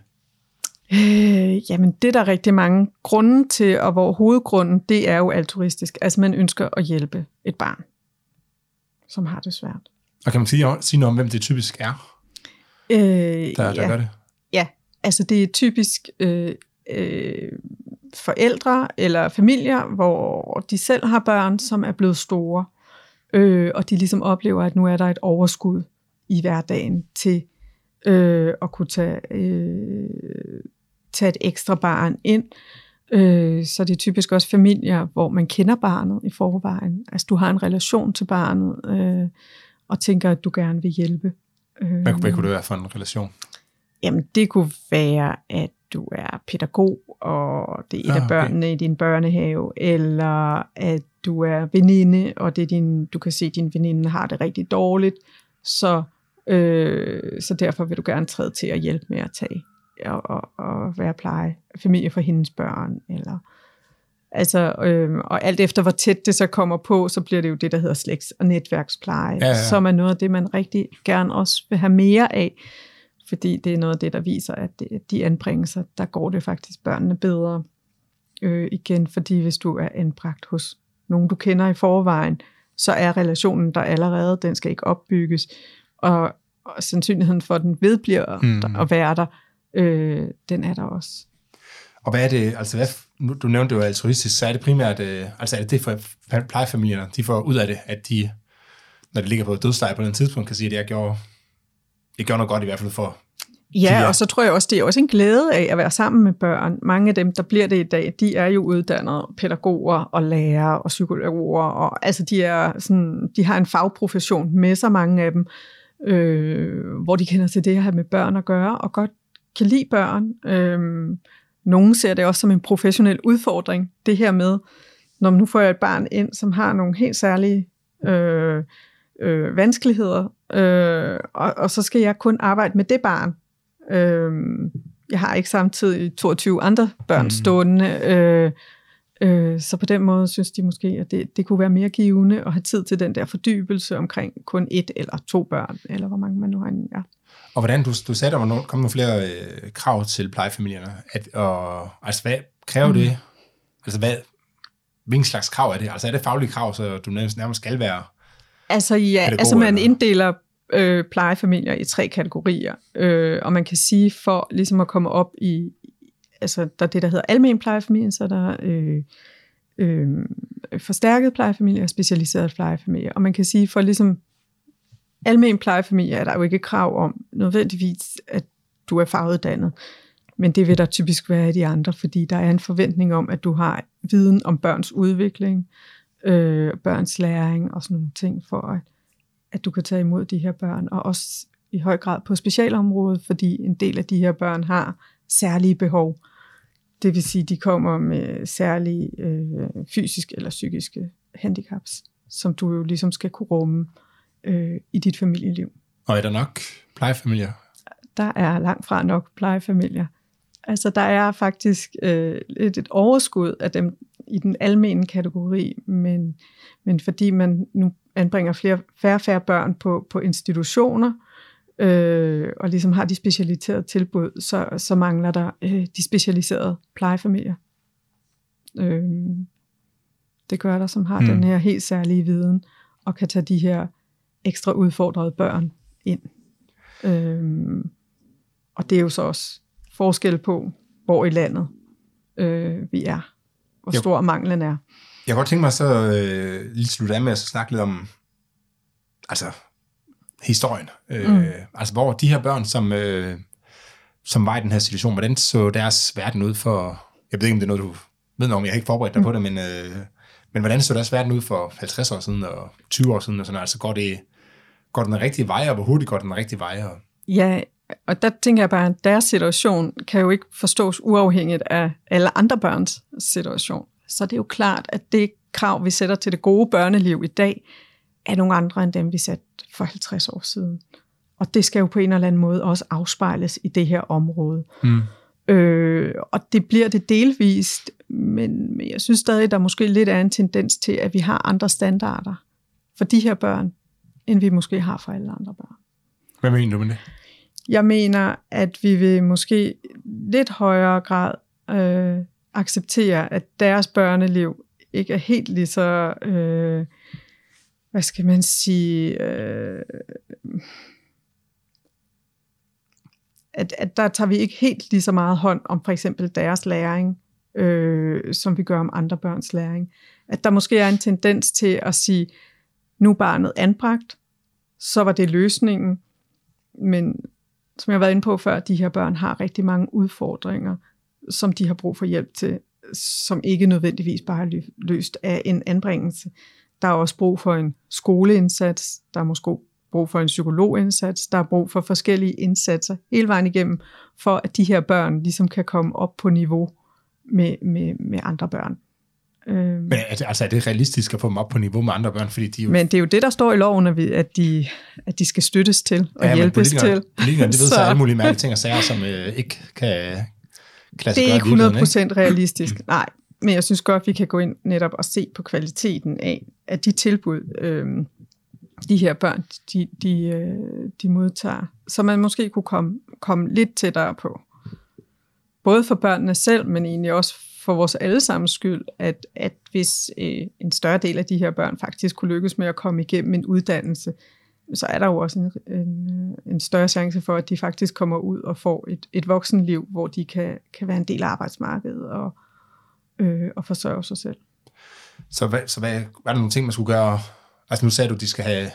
Øh, jamen, det er der rigtig mange grunde til, og hvor hovedgrunden, det er jo altruistisk. Altså, man ønsker at hjælpe et barn, som har det svært. Og kan man sige, sige noget om, hvem det typisk er, øh, der, der ja. gør det? Ja, altså det er typisk øh, øh, forældre eller familier, hvor de selv har børn, som er blevet store, øh, og de ligesom oplever, at nu er der et overskud i hverdagen til øh, at kunne tage, øh, tage et ekstra barn ind. Øh, så det er typisk også familier, hvor man kender barnet i forvejen. Altså du har en relation til barnet, øh, og tænker, at du gerne vil hjælpe. Øh, hvad, hvad kunne det være for en relation? Jamen, det kunne være, at du er pædagog, og det er et ah, af børnene okay. i din børnehave, eller at du er veninde, og det er din, du kan se, at din veninde har det rigtig dårligt, så, øh, så derfor vil du gerne træde til at hjælpe med at tage og, og, og være pleje, familie for hendes børn, eller altså, øh, og alt efter hvor tæt det så kommer på, så bliver det jo det, der hedder slægts- og netværkspleje, ja, ja. Som er noget af det, man rigtig gerne også vil have mere af, fordi det er noget af det, der viser, at det, de anbringelser, der går det faktisk børnene bedre. Øh, igen, fordi hvis du er anbragt hos nogen, du kender i forvejen, så er relationen der allerede, den skal ikke opbygges, og, og sandsynligheden for, at den vedbliver mm. at være der, øh, den er der også. Og hvad er det, altså hvad, du nævnte det jo altruistisk, så er det primært, øh, altså er det det for plejefamilierne, de får ud af det, at de, når de ligger på dødsleje på den tidspunkt, kan sige, at jeg gjorde, jeg gjorde noget godt i hvert fald for... Ja, de, og så tror jeg også, det er også en glæde af at være sammen med børn. Mange af dem, der bliver det i dag, de er jo uddannede pædagoger og lærere og psykologer, og altså de, er sådan, de har en fagprofession med så mange af dem, øh, hvor de kender til det at have med børn at gøre, og godt kan lide børn. Øh, Nogle ser det også som en professionel udfordring, det her med, når nu får jeg et barn ind, som har nogle helt særlige øh, øh, vanskeligheder, øh, og, og så skal jeg kun arbejde med det barn. Øh, jeg har ikke samtidig toogtyve andre børn stående, øh, øh, så på den måde synes de måske, at det, det kunne være mere givende at have tid til den der fordybelse omkring kun et eller to børn, eller hvor mange man nu har en, ja. Og hvordan, du, du sagde, der var nogle, kom nogle flere øh, krav til plejefamilierne. At, og, altså, hvad kræver mm. det? Altså, hvad, hvilken slags krav er det? Altså, er det faglige krav, så du nærmest, nærmest skal være Altså, ja, pædagog, altså man eller? inddeler øh, plejefamilier i tre kategorier. Øh, og man kan sige, for ligesom at komme op i, altså, der er det, der hedder almen plejefamilie, så der er øh, øh, forstærket plejefamilie og specialiseret plejefamilie. Og man kan sige, for ligesom almen plejefamilie er der jo ikke krav om nødvendigvis, at du er faguddannet. men det vil der typisk være i de andre, fordi der er en forventning om, at du har viden om børns udvikling, øh, børns læring og sådan nogle ting, for at, at du kan tage imod de her børn, og også i høj grad på specialområdet, fordi en del af de her børn har særlige behov. Det vil sige, de kommer med særlige øh, fysiske eller psykiske handicaps, som du jo ligesom skal kunne rumme øh, i dit familieliv. Og er der nok plejefamilier? Der er langt fra nok plejefamilier. Altså der er faktisk øh, et, et overskud af dem i den almene kategori, men, men fordi man nu anbringer flere, færre færre børn på, på institutioner, øh, og ligesom har de specialiserede tilbud, så, så mangler der øh, de specialiserede plejefamilier. Øh, det gør der, som har hmm. den her helt særlige viden, og kan tage de her ekstra udfordrede børn ind. Øh, og det er jo så også forskel på, hvor i landet øh, vi er, hvor stor jeg, manglen er. Jeg kan godt tænke mig så øh, lige slutte af med at snakke lidt om altså historien. Øh, mm. Altså hvor de her børn, som, øh, som var i den her situation, hvordan så deres verden ud for, jeg ved ikke, om det er noget, du ved noget om, jeg har ikke forberedt dig mm. på det, men, øh, men hvordan så deres verden ud for halvtreds år siden og tyve år siden, og sådan, altså går det, går den rigtige vej, og hvor hurtigt går den rigtige vej? Og ja, og der tænker jeg bare, at deres situation kan jo ikke forstås uafhængigt af alle andre børns situation. Så det er jo klart, at det krav, vi sætter til det gode børneliv i dag, er nogle andre end dem, vi satte for halvtreds år siden. Og det skal jo på en eller anden måde også afspejles i det her område. Mm. Øh, og det bliver det delvist, men, men jeg synes stadig, der måske lidt er en tendens til, at vi har andre standarder for de her børn, end vi måske har for alle andre børn. Hvad mener du med det? Jeg mener, at vi vil måske lidt højere grad øh, acceptere, at deres børneliv ikke er helt lige så, øh, hvad skal man sige, øh, at, at der tager vi ikke helt lige så meget hånd om for eksempel deres læring, øh, som vi gør om andre børns læring. At der måske er en tendens til at sige, nu er barnet anbragt, så var det løsningen, men som jeg har været inde på før, de her børn har rigtig mange udfordringer, som de har brug for hjælp til, som ikke nødvendigvis bare er løst af en anbringelse. Der er også brug for en skoleindsats, der er måske brug for en psykologindsats, der er brug for forskellige indsatser hele vejen igennem, for at de her børn ligesom kan komme op på niveau med, med, med andre børn. Men er det, altså er det realistisk at få dem op på niveau med andre børn? Fordi de jo... Men det er jo det, der står i loven, at de, at de skal støttes til og ja, hjælpes til. Politikerne, det ved så alle mulige mærkelige ting og sager, som øh, ikke kan klasse Det er ikke hundrede procent realistisk, nej. Men jeg synes godt, vi kan gå ind netop og se på kvaliteten af, af de tilbud, øh, de her børn, de, de, øh, de modtager. Så man måske kunne komme, komme lidt tættere på. Både for børnene selv, men egentlig også for vores allesammens skyld, at, at hvis øh, en større del af de her børn faktisk kunne lykkes med at komme igennem en uddannelse, så er der jo også en, en, en større chance for, at de faktisk kommer ud og får et, et voksenliv, hvor de kan, kan være en del af arbejdsmarkedet og, øh, og forsørge sig selv. Så, hvad, så hvad, var der nogle ting, man skulle gøre? Altså nu sagde du, at de skal have...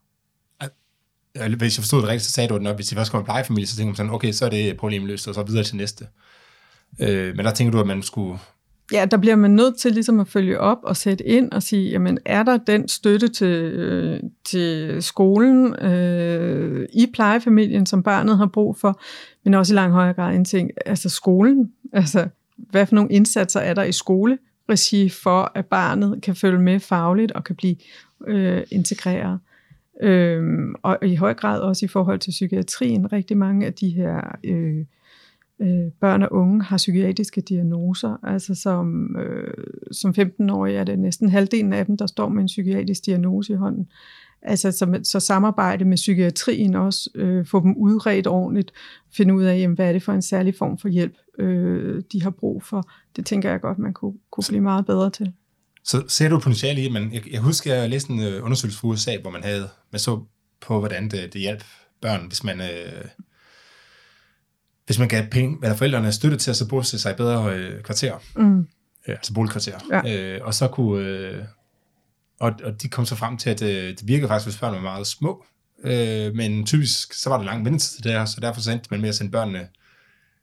Hvis jeg forstod det rigtigt, så sagde du, at når, hvis de først kommer i plejefamilie, så tænker man sådan, okay, så er det problemet løst, og så videre til næste. Øh, men der tænker du, at man skulle... Ja, der bliver man nødt til ligesom at følge op og sætte ind og sige, jamen er der den støtte til, øh, til skolen øh, i plejefamilien, som barnet har brug for, men også i langt højere grad en ting, altså skolen, altså hvad for nogle indsatser er der i skoleregi for, at barnet kan følge med fagligt og kan blive øh, integreret. Øhm, og i høj grad også i forhold til psykiatrien, rigtig mange af de her øh, øh, børn og unge har psykiatriske diagnoser, altså som, øh, som femten-årige er det næsten halvdelen af dem, der står med en psykiatrisk diagnose i hånden. Altså så, så samarbejde med psykiatrien også, øh, få dem udredt ordentligt, finde ud af, jamen, hvad er det for en særlig form for hjælp, øh, de har brug for. Det tænker jeg godt, man kunne, kunne blive meget bedre til. Så ser du potentiale i, men jeg, jeg husker, at jeg læste en øh, undersøgelse fra U S A, hvor man havde, man så på, hvordan det, det hjalp børn, hvis man, øh, hvis man gav penge, eller forældrene støtte til at så bosætte sig i bedre øh, kvarterer, mm. øh, altså boligkvarterer, ja. øh, og så kunne, øh, og, og de kom så frem til, at øh, det virkede faktisk, hvis børnene var meget små, øh, men typisk, så var der lang ventetid der, så derfor så endte man med at sende børnene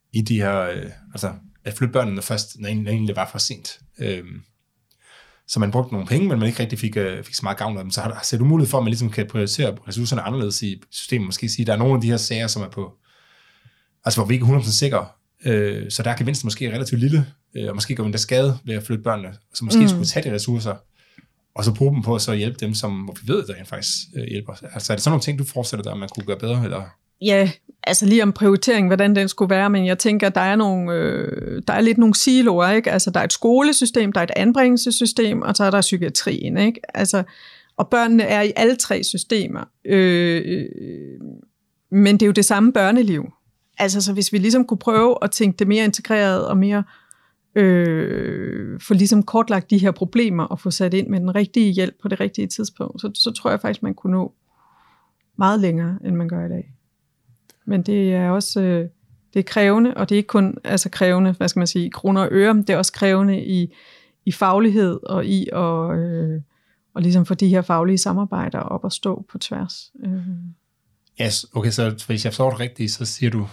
i de her, øh, altså at flytte børnene først, når egentlig det var for sent. Øhm, så man brugte nogle penge, men man ikke rigtig fik, øh, fik så meget gavn af dem. Så har, ser du mulighed for, at man ligesom kan prioritere ressourcerne anderledes i systemet? Måske sige, at der er nogle af de her sager, som er på, altså hvor vi ikke er hundrede procent sikre, øh, så der er gevinsten måske relativt lille, øh, og måske går vi endda skade ved at flytte børnene, så måske mm. skulle tage de ressourcer, og så bruge dem på så at hjælpe dem, som hvor vi ved, der faktisk øh, hjælper. Altså er det sådan nogle ting, du forestiller dig, at man kunne gøre bedre? Eller? Ja, altså lige om prioritering, hvordan den skulle være, men jeg tænker, at der er, nogle, øh, der er lidt nogle siloer, ikke? Altså der er et skolesystem, der er et anbringelsessystem, og så er der psykiatrien, ikke? Altså, og børnene er i alle tre systemer, øh, men det er jo det samme børneliv. Altså så hvis vi ligesom kunne prøve at tænke det mere integreret og mere øh, få ligesom kortlagt de her problemer og få sat ind med den rigtige hjælp på det rigtige tidspunkt, så, så tror jeg faktisk, man kunne nå meget længere, end man gør i dag. Men det er også øh, det er krævende, og det er ikke kun altså krævende, hvad skal man sige, kroner og øre, det er også krævende i, i faglighed og i at øh, og ligesom få de her faglige samarbejder op og stå på tværs. Øh. Yes, okay, så hvis jeg forstår det rigtigt, så siger du,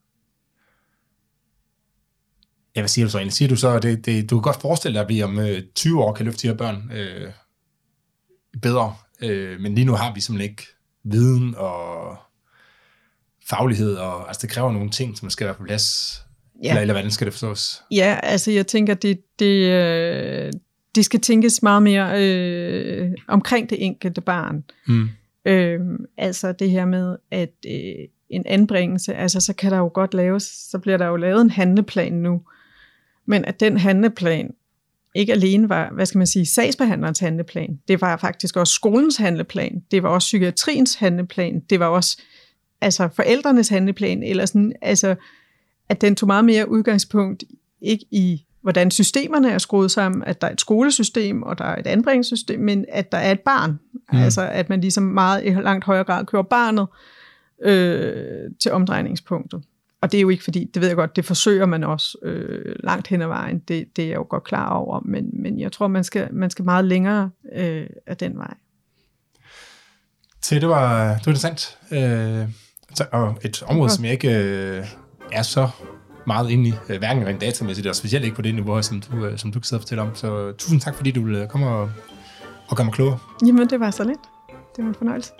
ja, hvad siger du så egentlig? Siger du så, at det, det, du kan godt forestille dig, at vi om øh, tyve år kan løfte de her børn øh, bedre, øh, men lige nu har vi simpelthen ikke viden og faglighed, og altså det kræver nogle ting, som skal være på plads, ja. eller, eller hvordan skal det forstås? Ja, altså jeg tænker, det, det, øh, det skal tænkes meget mere øh, omkring det enkelte barn. Mm. Øh, altså det her med, at øh, en anbringelse, altså så kan der jo godt laves, så bliver der jo lavet en handleplan nu, men at den handleplan ikke alene var, hvad skal man sige, sagsbehandlerens handleplan, det var faktisk også skolens handleplan, det var også psykiatriens handleplan, det var også altså forældrenes handleplan, eller sådan, altså, at den tog meget mere udgangspunkt, ikke i, hvordan systemerne er skruet sammen, at der er et skolesystem, og der er et anbringelsessystem, men at der er et barn. Mm. Altså, at man ligesom meget i langt højere grad kører barnet øh, til omdrejningspunktet. Og det er jo ikke fordi, det ved jeg godt, det forsøger man også øh, langt hen ad vejen, det, det er jeg jo godt klar over, men, men jeg tror, man skal, man skal meget længere øh, af den vej. Til det var, det var interessant. Øh, og et område, som jeg ikke øh, er så meget inde i, øh, hverken rent datamæssigt, og specielt ikke på det niveau, som du, øh, som du kan sidde og fortælle om. Så tusind tak, fordi du ville komme og, og gøre mig klogere. Jamen, det var så lidt. Det var en fornøjelse.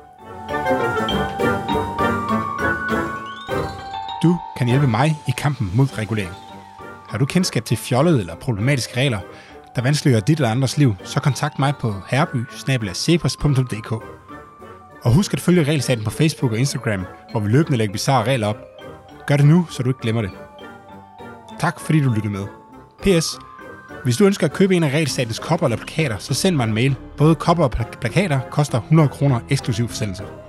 Du kan hjælpe mig i kampen mod regulering. Har du kendskab til fjollede eller problematiske regler, der vanskeliggør dit eller andres liv, så kontakt mig på herreby bindestreg cepos punktum d k. Og husk at følge Regelstaten på Facebook og Instagram, hvor vi løbende lægger bizarre regler op. Gør det nu, så du ikke glemmer det. Tak fordi du lyttede med. P S. Hvis du ønsker at købe en af Regelstatens kopper eller plakater, så send mig en mail. Både kopper og plakater koster hundrede kroner eksklusiv forsendelse.